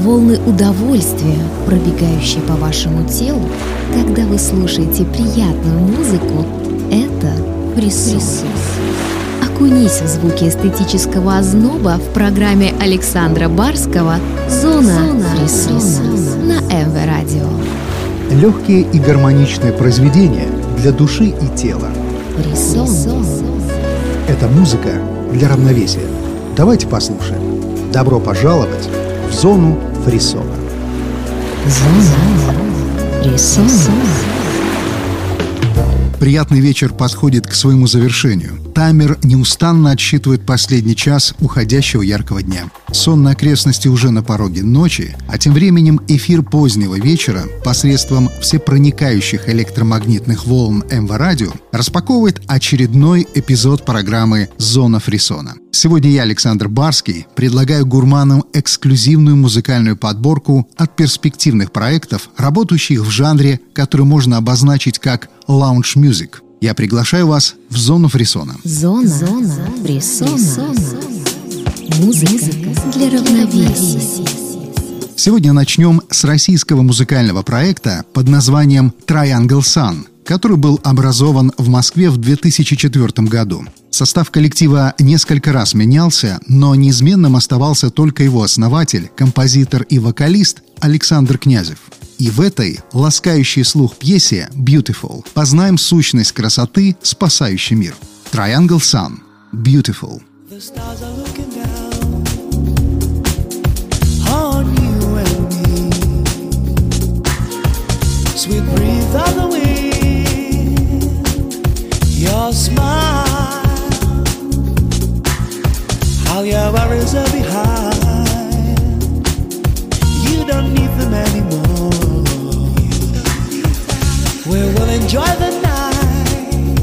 волны удовольствия, пробегающие по вашему телу, когда вы слушаете приятную музыку, это фрисон. Окунись в звуки эстетического озноба в программе Александра Барского «Зона фрисона» на МВ Радио. Легкие и гармоничные произведения для души и тела. Фрисон. Это музыка для равновесия. Давайте послушаем. Добро пожаловать в зону фрисона. Зона фрисона. Приятный вечер подходит к своему завершению. Таймер неустанно отсчитывает последний час уходящего яркого дня. Сонные окрестности уже на пороге ночи, а тем временем эфир позднего вечера посредством всепроникающих электромагнитных волн МВ-радио распаковывает очередной эпизод программы «Зона фрисона». Сегодня я, Александр Барский, предлагаю гурманам эксклюзивную музыкальную подборку от перспективных проектов, работающих в жанре, который можно обозначить как лаунж-мьюзик. Я приглашаю вас в зону фрисона. Зона фрисона. Музыка для равновесия. Сегодня начнем с российского музыкального проекта под названием Triangle Sun, который был образован в Москве в 2004 году. Состав коллектива несколько раз менялся, но неизменным оставался только его основатель, композитор и вокалист Александр Князев. И в этой ласкающей слух пьесе «Beautiful» познаем сущность красоты, спасающей мир. Triangle Sun. Beautiful. Sweet breeze of the wind, your smile, all your worries are behind. You don't need them anymore. We will enjoy the night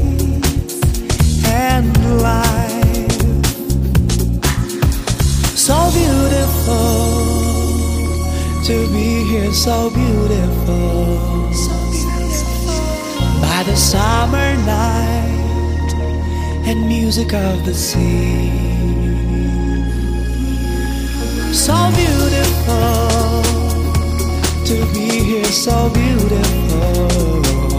and life. So beautiful to be here, so beautiful. By the summer night and music of the sea. So beautiful to be here, so beautiful.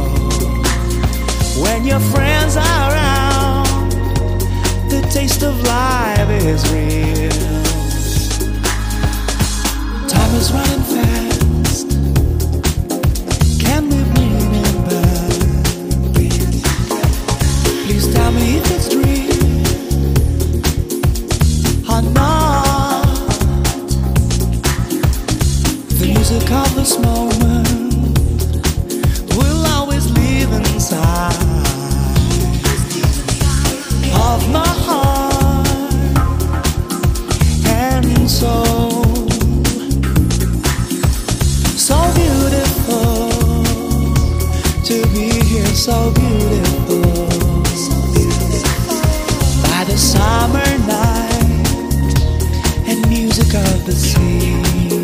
When your friends are around, the taste of life is real. Time is running fast. Can we bring it back? Please tell me if it's real or not. The music of this moment will always live inside of my heart and soul. So beautiful to be here, so beautiful. By the summer night and music of the sea.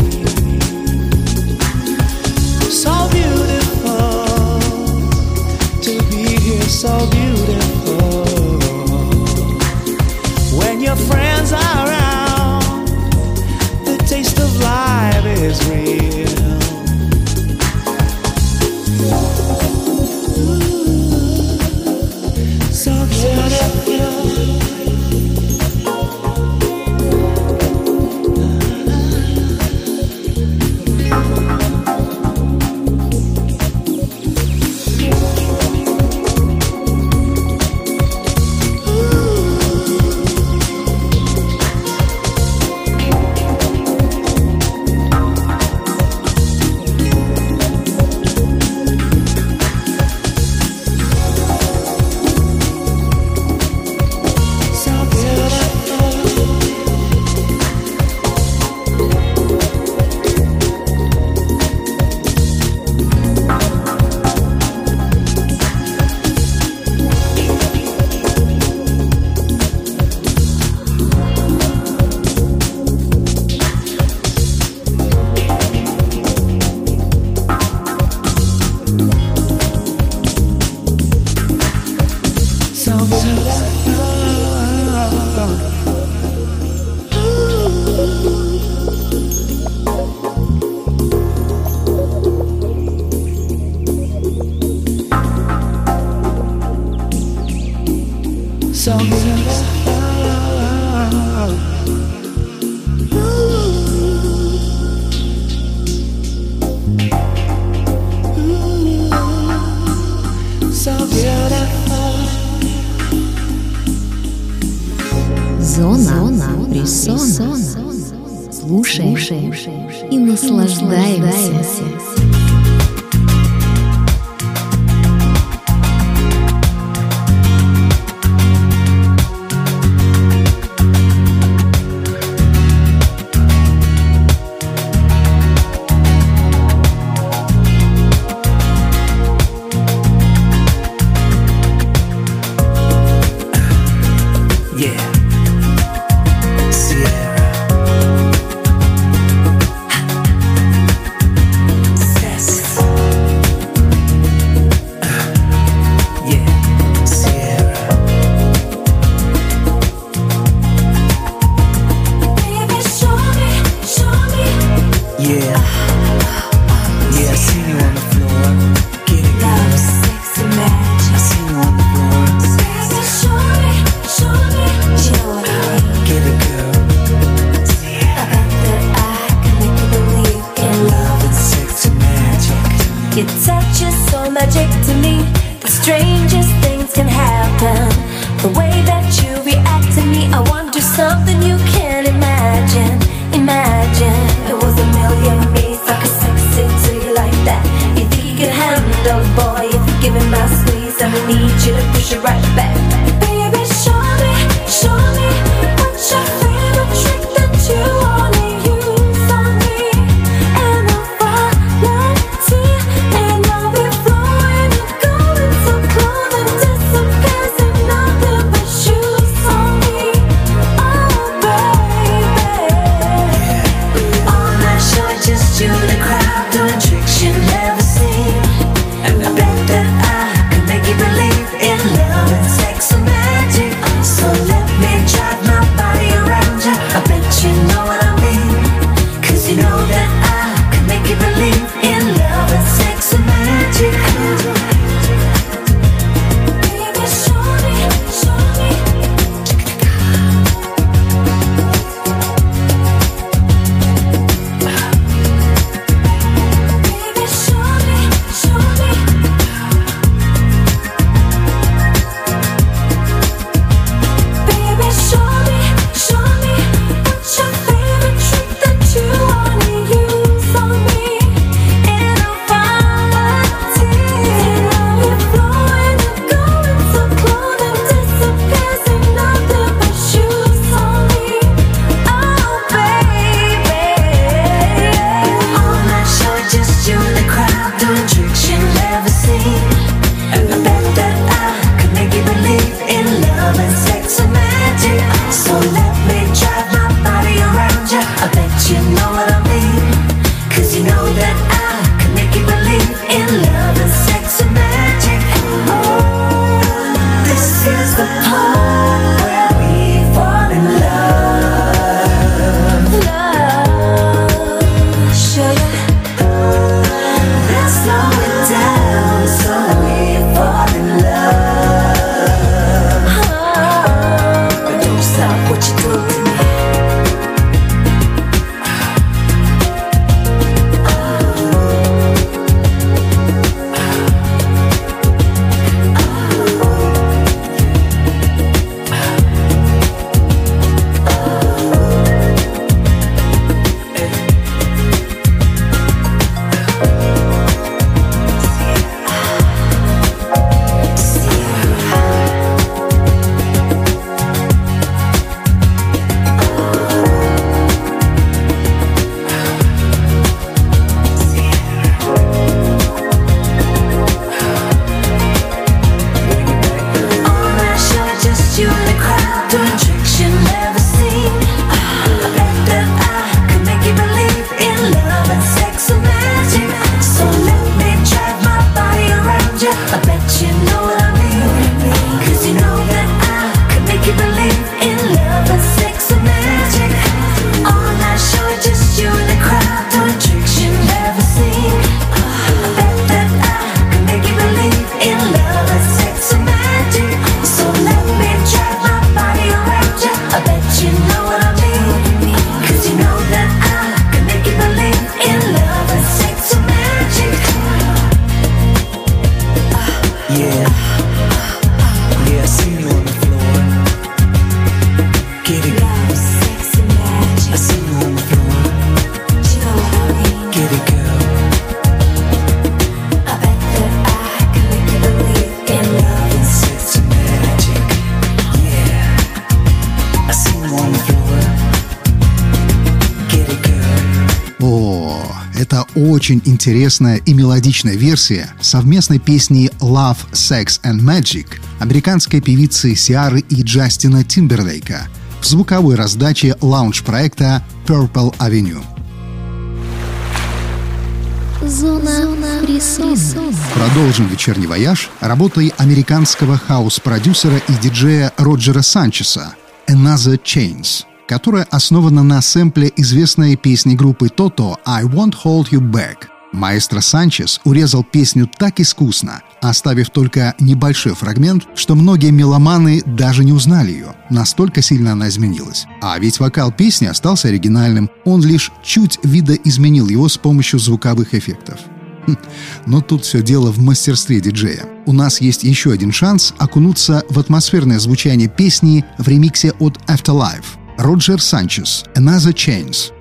So beautiful to be here, so beautiful. When your friends are around, the taste of life is real. So beautiful. Слушаем и наслаждаемся. Your touch is so magic to me. The strangest things can happen. The way that you react to me, I want to do something you can't imagine. Imagine it was a million ways I could sexy to you like that. You think you can handle, boy? If you give it my squeeze, I need you to push it right back. Baby, show me what's your favorite trick that you wanna use on me. And I'll volunteer, and I'll be flowing and going so close and disappear. Это очень интересная и мелодичная версия совместной песни «Love, Sex and Magic» американской певицы Сиары и Джастина Тимберлейка в звуковой раздаче лаунж-проекта Purple Avenue. Зона фрисона. Продолжим вечерний вояж работой американского хаус-продюсера и диджея Роджера Санчеса «Another Chance», которая основана на сэмпле известной песни группы Toto «I Won't Hold You Back». Маэстро Санчес урезал песню так искусно, оставив только небольшой фрагмент, что многие меломаны даже не узнали ее. Настолько сильно она изменилась. А ведь вокал песни остался оригинальным, он лишь чуть видоизменил его с помощью звуковых эффектов. Но тут все дело в мастерстве диджея. У нас есть еще один шанс окунуться в атмосферное звучание песни в ремиксе от Afterlife. Роджер Санчес «Another Chance».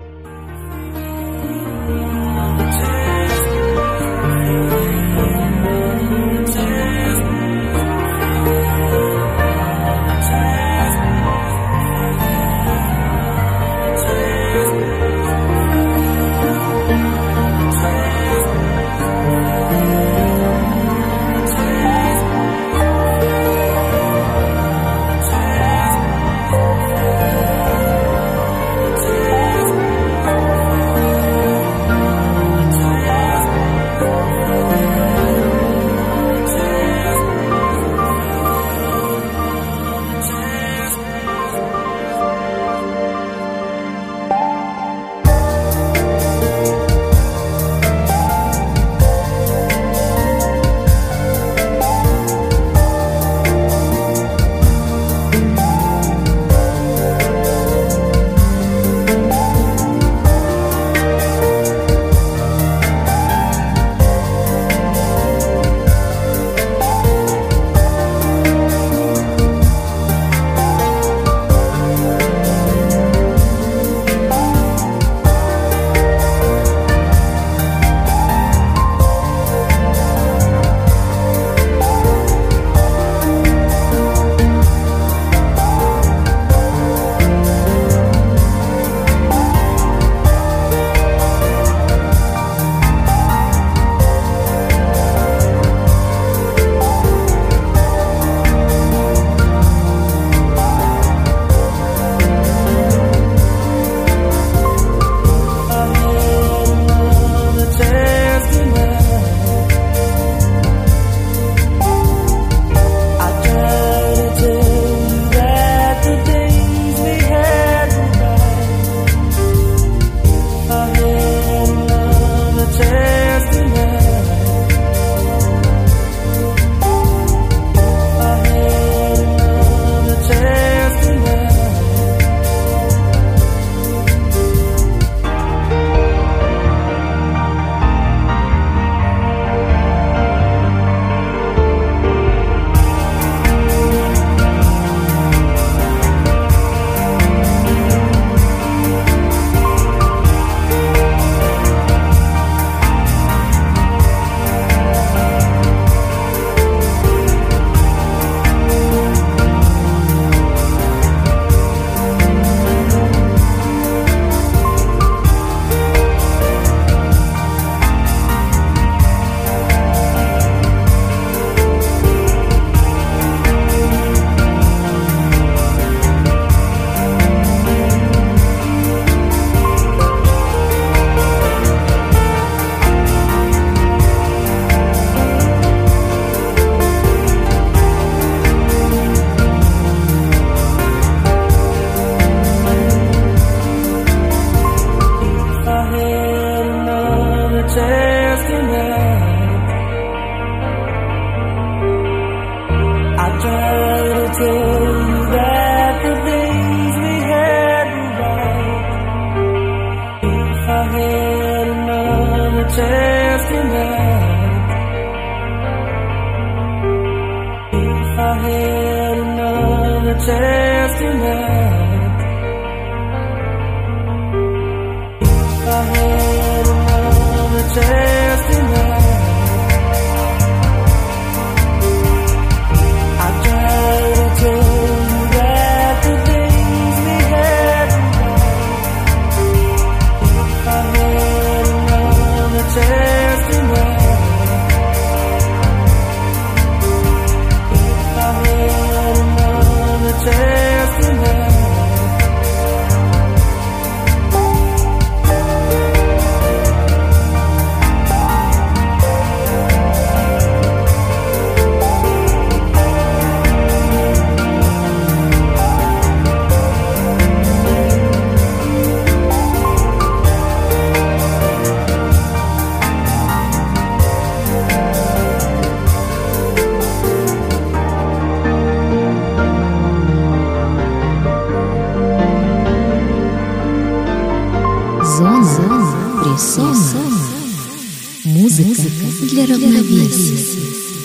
Зона фрисона. Музыка для равновесия.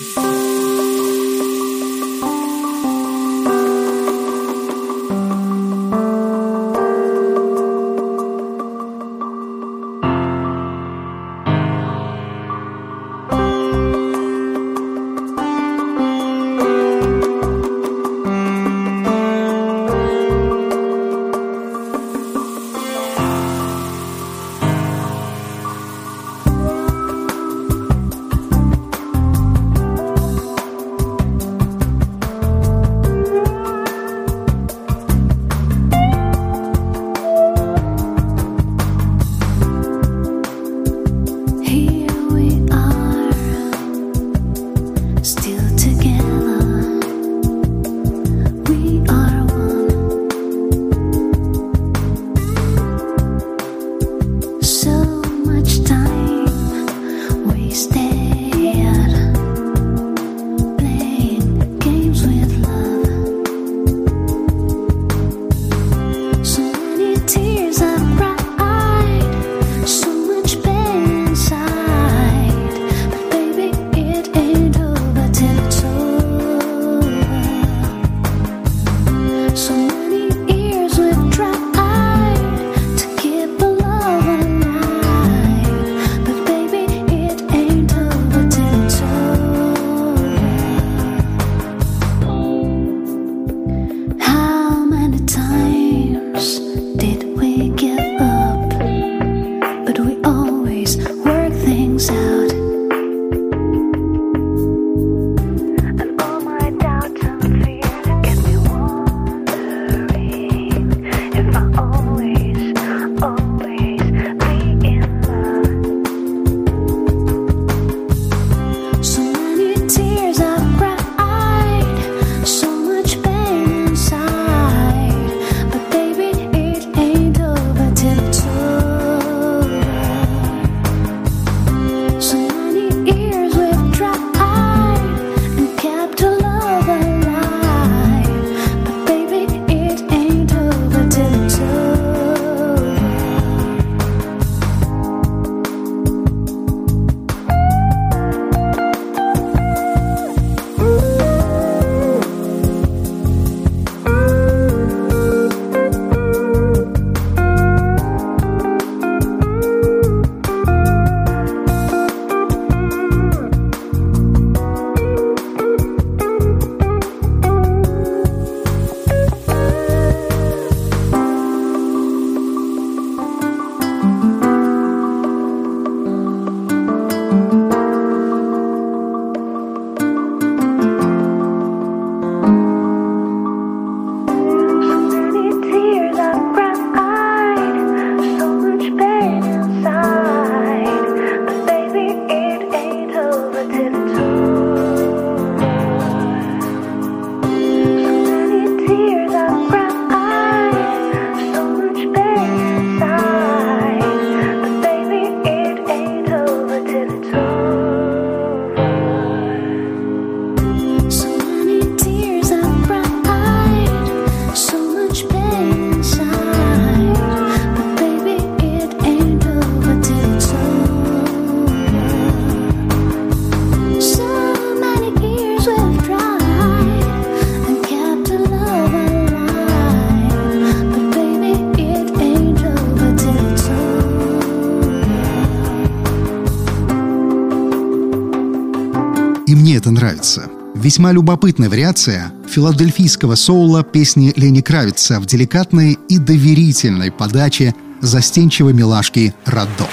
И мне это нравится. Весьма любопытная вариация филадельфийского соула песни Лени Кравица в деликатной и доверительной подаче застенчивой милашки Радо.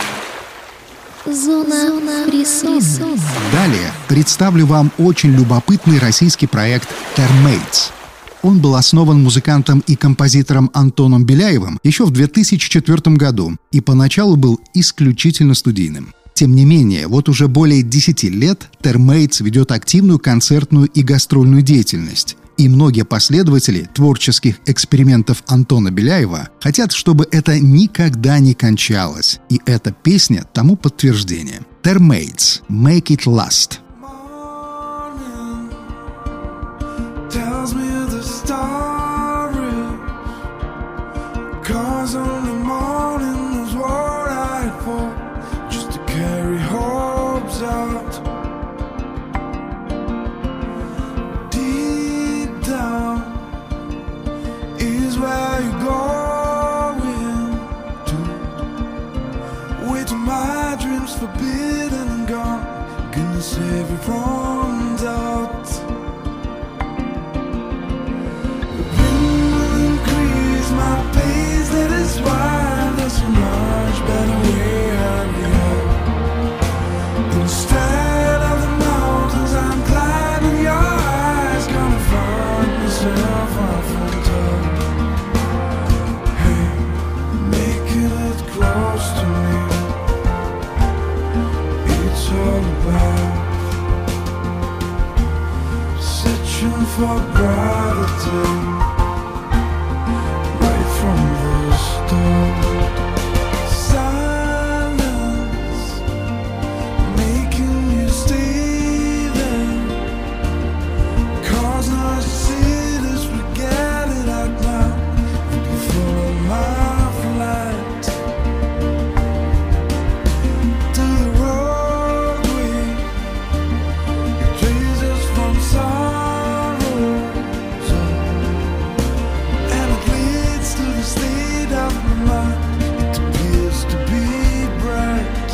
Зона фрисона. Далее представлю вам очень любопытный российский проект «Termates». Он был основан музыкантом и композитором Антоном Беляевым еще в 2004 году и поначалу был исключительно студийным. Тем не менее, вот уже более 10 лет Termates ведет активную концертную и гастрольную деятельность. И многие последователи творческих экспериментов Антона Беляева хотят, чтобы это никогда не кончалось. И эта песня тому подтверждение. Termates, Make It Last. Cause on the morning is what my dreams forbidden and gone. Gonna save you from doubt. The wind will increase my pace, that is why there's a much better way out of here. Instead of the mountains I'm climbing, your eyes gonna find myself off on top. Hey, making it close to me, it's all about searching for gravity right from the start. Silence making you stay there, cause our cities forget it out now. You'd be full of my flight to the roadway, it traces from sorrows, and it leads to the state of my mind. It appears to be bright.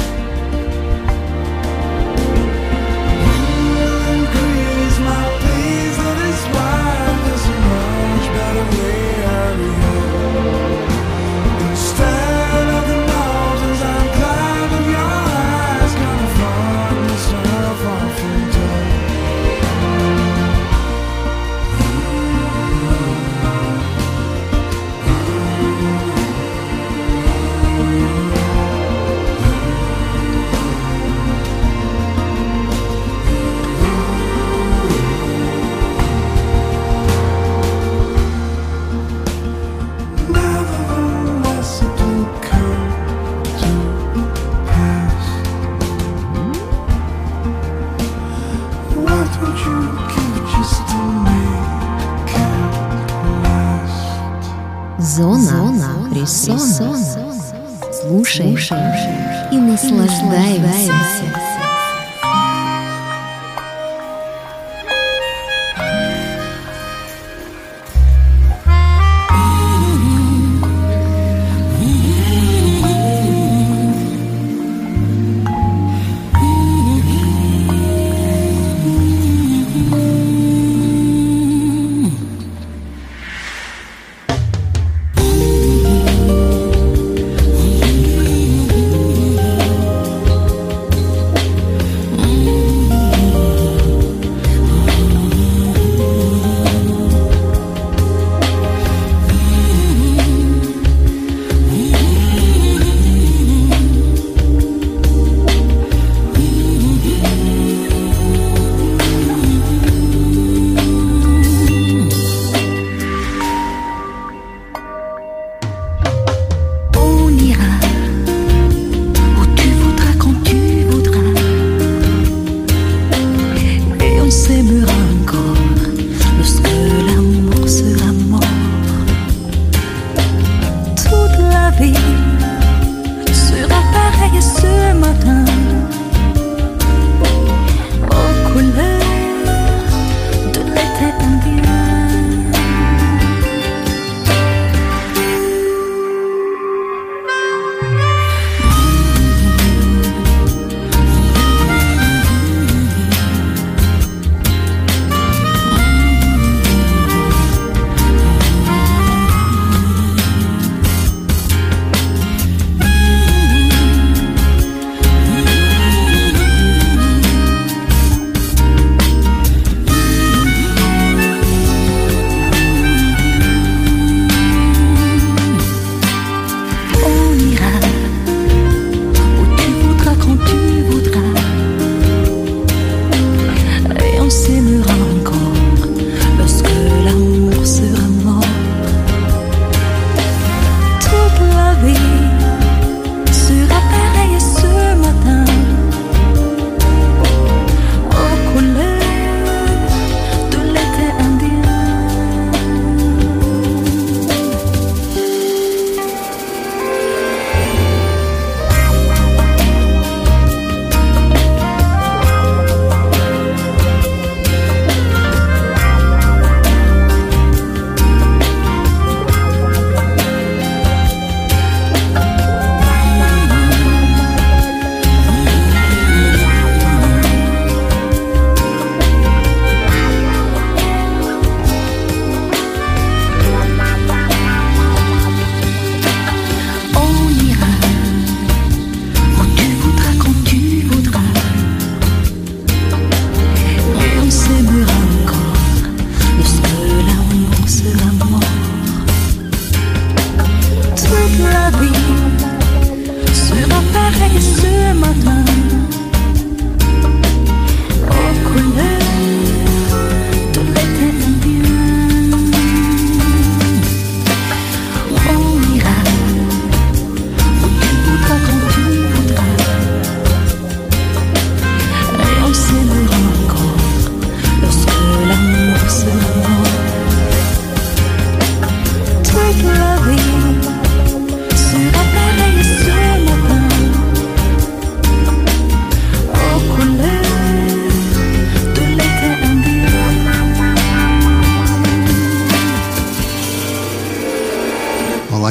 Wind will increase my pace, that is why there's a much better way out of here. Instead of the mountains I'm climbing, your eyes gonna find myself off in time. Nevertheless, it will come to pass. Why don't you give just to make it last? Зона фрисона. Слушаем и наслаждаемся.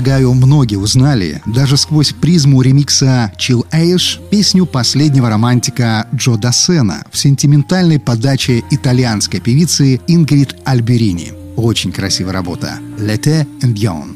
Полагаю, многие узнали, даже сквозь призму ремикса Chill Age, песню последнего романтика Джо Дассена в сентиментальной подаче итальянской певицы Ингрид Альберини. Очень красивая работа. «L'été est bien».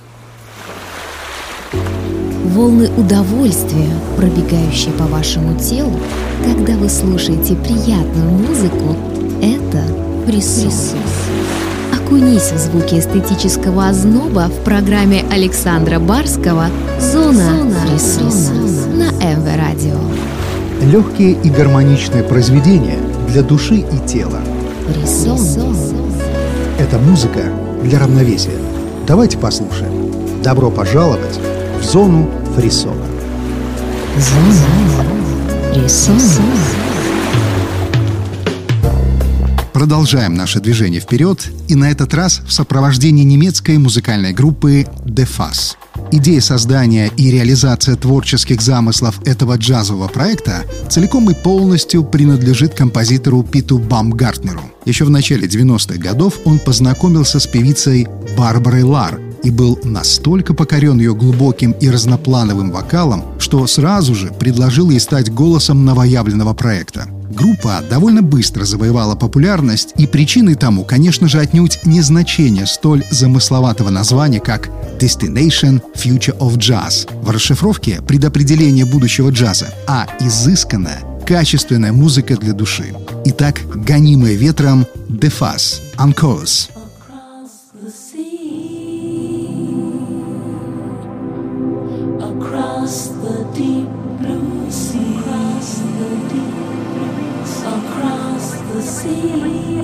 Волны удовольствия, пробегающие по вашему телу, когда вы слушаете приятную музыку, это фрисон. Окунись в звуки эстетического озноба в программе Александра Барского «Зона фрисона» на МВ Радио. Легкие и гармоничные произведения для души и тела. Фрисон. Это музыка для равновесия. Давайте послушаем. Добро пожаловать в зону фрисона. Зона фрисона. Продолжаем наше движение вперед, и на этот раз в сопровождении немецкой музыкальной группы The Fuzz. Идея создания и реализация творческих замыслов этого джазового проекта целиком и полностью принадлежит композитору Питу Бамгартнеру. Еще в начале 90-х годов он познакомился с певицей Барбарой Лар и был настолько покорен ее глубоким и разноплановым вокалом, что сразу же предложил ей стать голосом новоявленного проекта. Группа довольно быстро завоевала популярность, и причиной тому, конечно же, отнюдь не значение столь замысловатого названия, как Destination Future of Jazz, в расшифровке предопределение будущего джаза, а изысканная, качественная музыка для души. Итак, гонимые ветром The Fuzz, On Course. Across the deep blue sea, across the sea,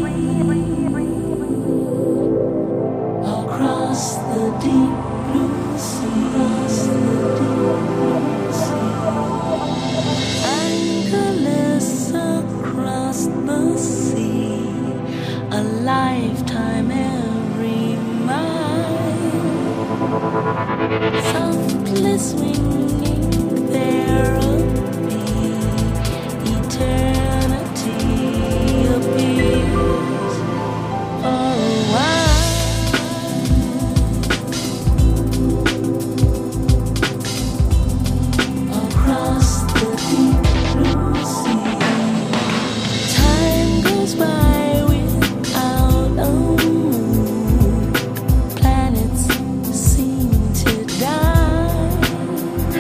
across the deep blue sea, across the deep blue sea, anchorless across the sea, a lifetime every mile, softly swinging there a bee, eternity appears for a while. Across the deep blue sea, time goes by without a moon. Planets seem to die.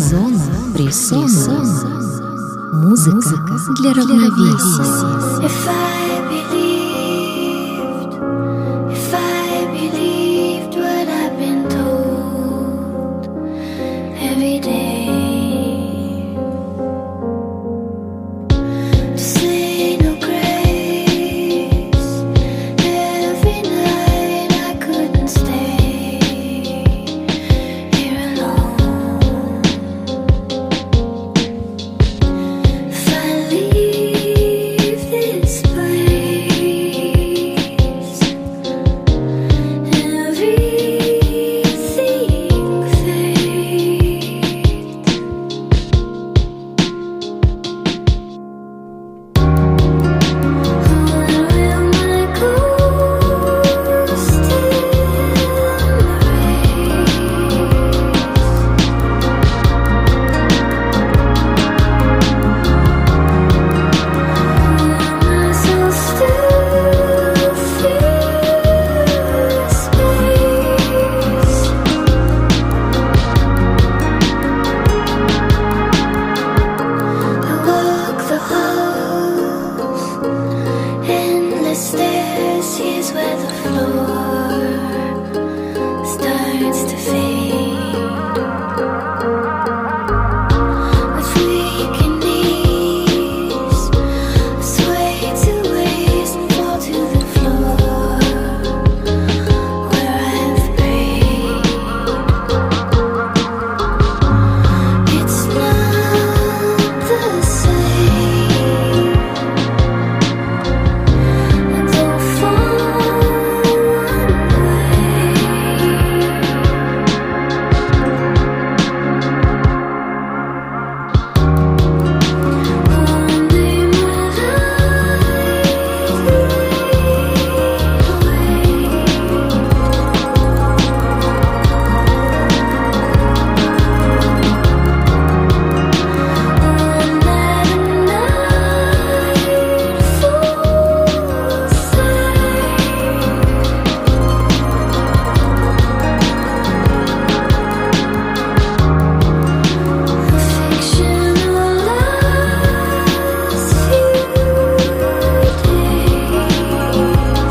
Фриссона. Музыка для равновесия. If I believed what I've been told every day, to say no grace every night, I couldn't stay here alone. If I leave this place, everything fades. Will my ghost still my soul still feel space? I walk the halls, endless stairs. Here's where the floor starts to fade. With weakened knees, I sway to waste and fall to the floor where I've prayed. It's not the same. I don't fall away. One day my life will away. One night falls fictional last few days.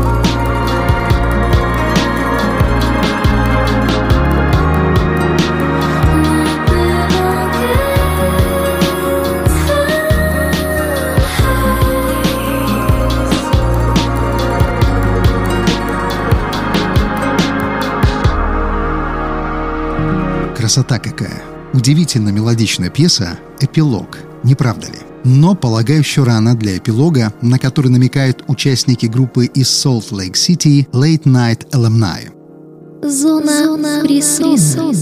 Красота какая! Удивительно мелодичная пьеса «Эпилог», не правда ли? Но, полагаю, еще рано для эпилога, на который намекают участники группы из Солт-Лейк-Сити Late Night Alumni. Зона Фриссона.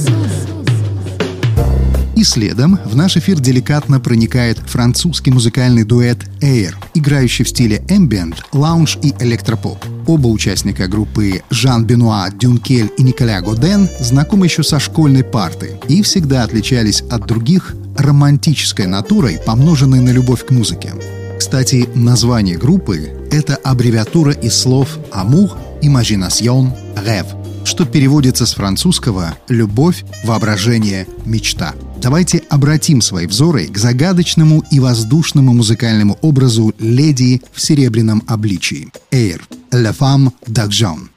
И следом в наш эфир деликатно проникает французский музыкальный дуэт Air, играющий в стиле эмбиент, лаунж и электропоп. Оба участника группы Жан-Бенуа Дюнкель и Николя Годен знакомы еще со школьной парты и всегда отличались от других романтической натурой, помноженной на любовь к музыке. Кстати, название группы — это аббревиатура из слов «amour», «imagination», «rêve», что переводится с французского «любовь», «воображение», «мечта». Давайте обратим свои взоры к загадочному и воздушному музыкальному образу леди в серебряном обличии. Air — «La femme d'argent».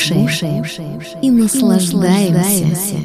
слушаем и наслаждаемся.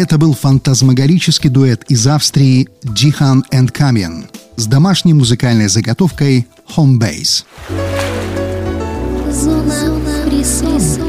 Это был фантазмагорический дуэт из Австрии Jihan and Kamian с домашней музыкальной заготовкой Home Base. Зона фрисон.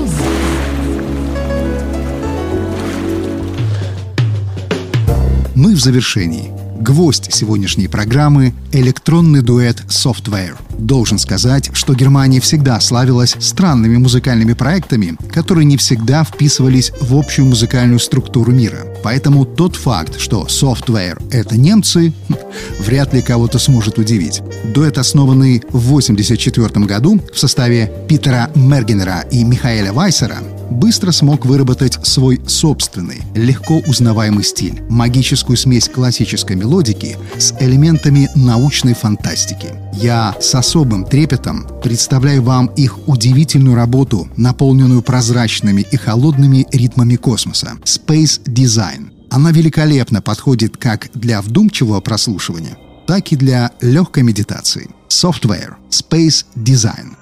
Мы в завершении. Гвоздь сегодняшней программы — электронный дуэт Software. Должен сказать, что Германия всегда славилась странными музыкальными проектами, которые не всегда вписывались в общую музыкальную структуру мира. Поэтому тот факт, что Software — это немцы, вряд ли кого-то сможет удивить. Дуэт, основанный в 1984 году в составе Питера Мергенера и Михаэля Вайсера, быстро смог выработать свой собственный, легко узнаваемый стиль, магическую смесь классической мелодики с элементами научной фантастики. Я с особым трепетом представляю вам их удивительную работу, наполненную прозрачными и холодными ритмами космоса — Space Design. Она великолепно подходит как для вдумчивого прослушивания, так и для легкой медитации. Software — Space Design.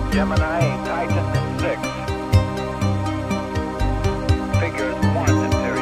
Gemini, Titan 6. Figures 1 and 2.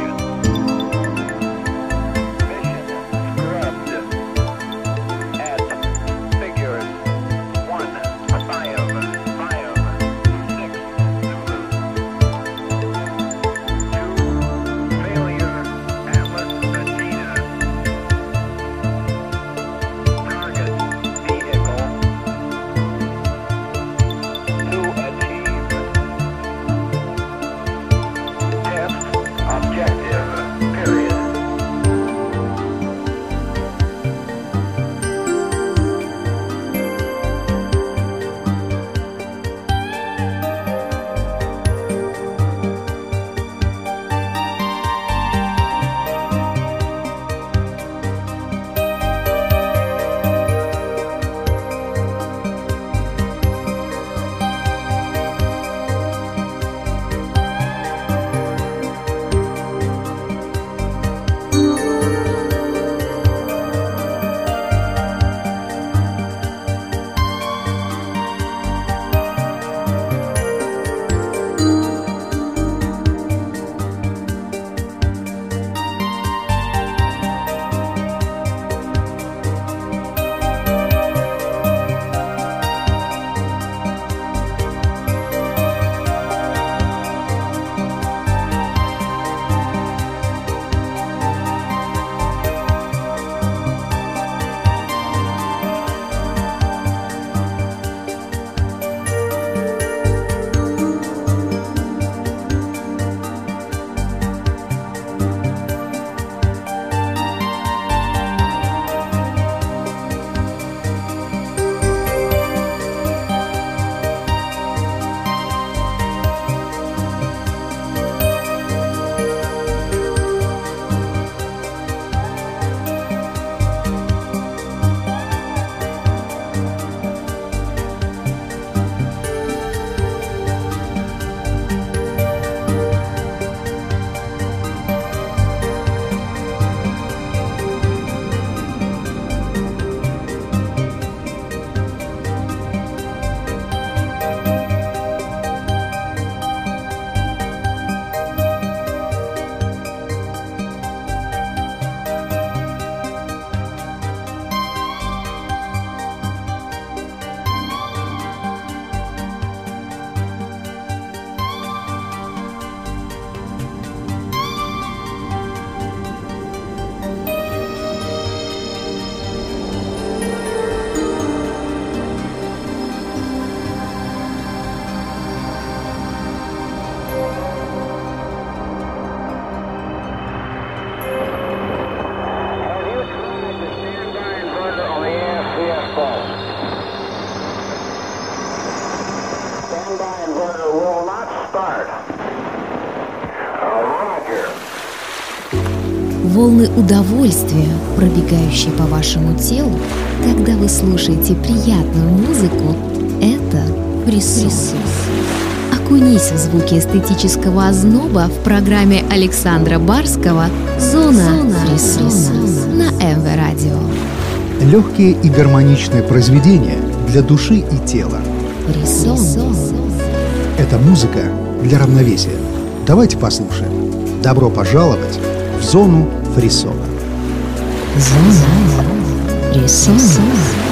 волны удовольствия, пробегающие по вашему телу, когда вы слушаете приятную музыку, это фрисон. Окунись в звуки эстетического озноба в программе Александра Барского «Зона фрисона» на МВ Радио. Легкие и гармоничные произведения для души и тела. Фрисон. Это музыка для равновесия. Давайте послушаем. Добро пожаловать в зону фрисона. Зона фрисона.